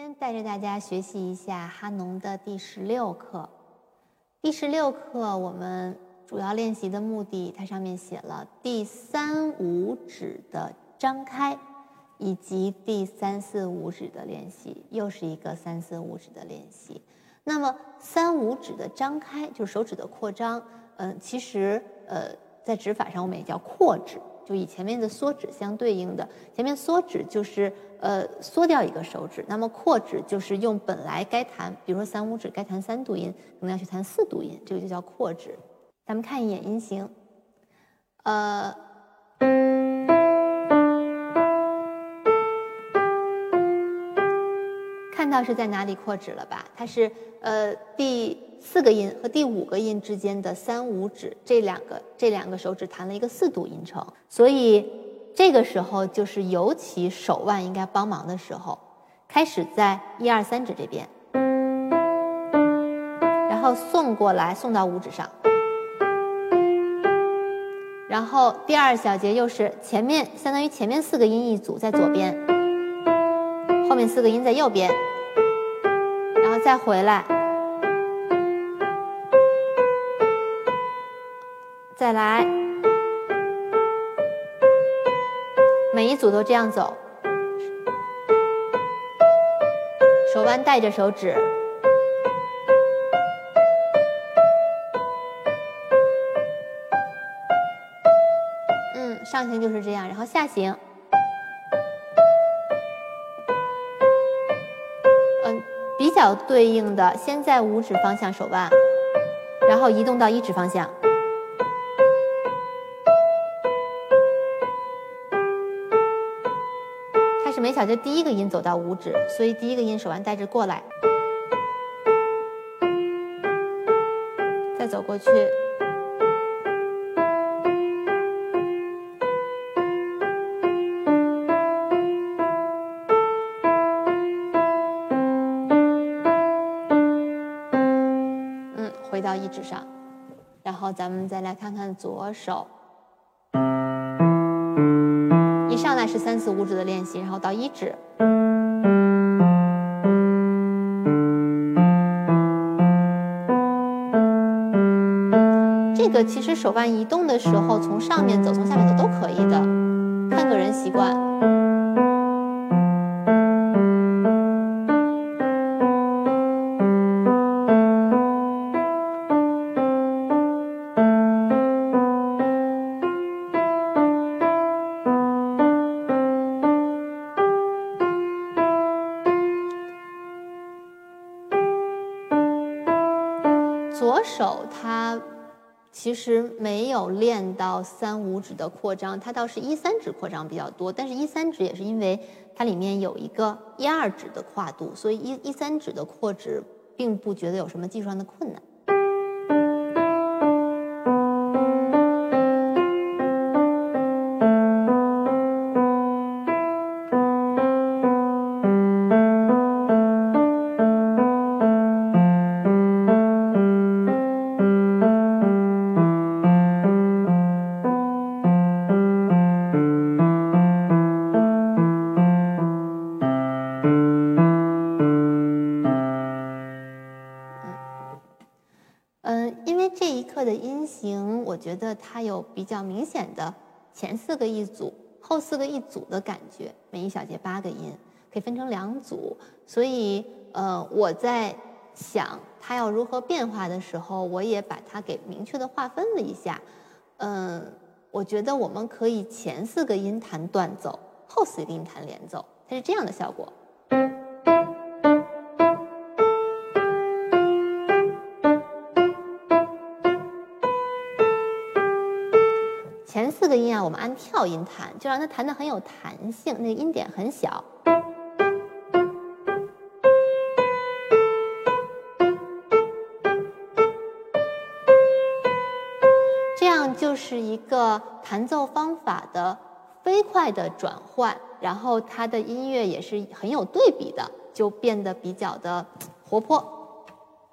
天带着大家学习一下哈农的第16课。第16课我们主要练习的目的，它上面写了第3、5指的张开，以及第3、4、5指的练习，又是一个3、4、5指的练习。那么3、5指的张开就是手指的扩张，其实在指法上我们也叫扩指，就以前面的缩指相对应的。前面缩指就是缩掉一个手指，那么扩指就是用本来该弹，比如说3、5指该弹3度音，可能要去弹4度音，这个就叫扩指。咱们看一眼音型，看到是在哪里扩指了吧？它是第4个音和第5个音之间的3、5指，这两个手指弹了一个4度音程，所以这个时候就是尤其手腕应该帮忙的时候，开始在1、2、3指这边，然后送过来，送到5指上，然后第2小节又是前面相当于前面4个音一组在左边，后面4个音在右边，然后再回来，再来，每一组都这样走，手腕带着手指，上行就是这样，然后下行，比较对应的，先在5指方向手腕，然后移动到1指方向，它是每小节第1个音走到5指，所以第1个音手腕带着过来，再走过去，回到1指上，然后咱们再来看看左手，一上来是3、4、5指的练习，然后到1指，这个其实手腕移动的时候，从上面走，从下面走都可以的，看个人习惯。左手它其实没有练到3、5指的扩张，它倒是1、3指扩张比较多，但是1、3指也是因为它里面有一个1、2指的跨度，所以1、3指的扩指并不觉得有什么技术上的困难。因为这一课的音型，我觉得它有比较明显的前4个一组，后4个一组的感觉。每一小节8个音，可以分成2组，所以我在想它要如何变化的时候，我也把它给明确的划分了一下。我觉得我们可以前4个音弹断奏，后4个音弹连奏，它是这样的效果。前4个音啊，我们按跳音弹，就让它弹得很有弹性，那个音点很小。这样就是一个弹奏方法的飞快的转换，然后它的音乐也是很有对比的，就变得比较的活泼。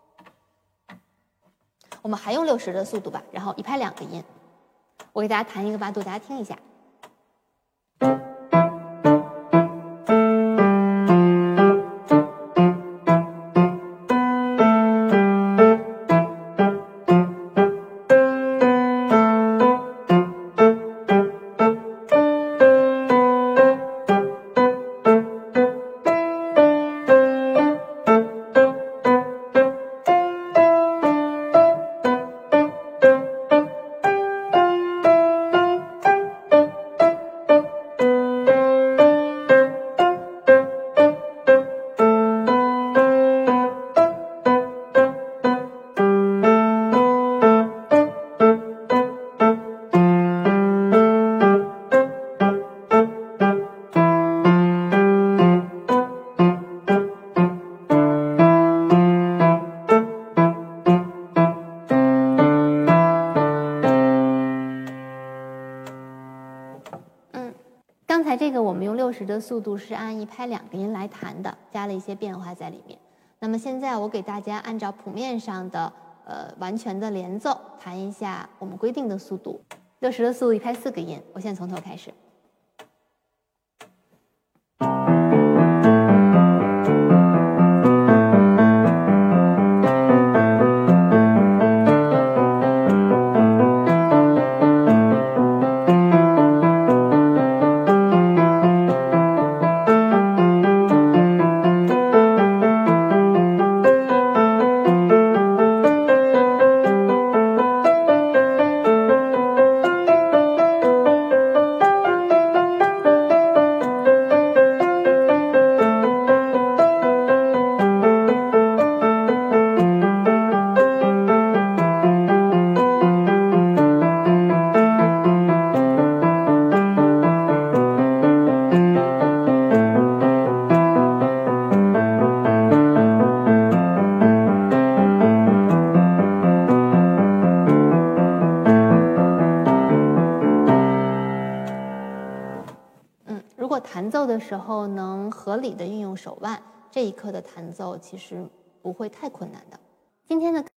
我们还用60的速度吧，然后一拍2个音。我给大家弹一个8度，大家听一下。 时的速度是按1拍2个音来弹的，加了一些变化在里面。那么现在我给大家按照谱面上的完全的连奏弹一下我们规定的速度。60的速度1拍4个音，我现在从头开始。如果弹奏的时候能合理的运用手腕，这一课的弹奏其实不会太困难的。今天的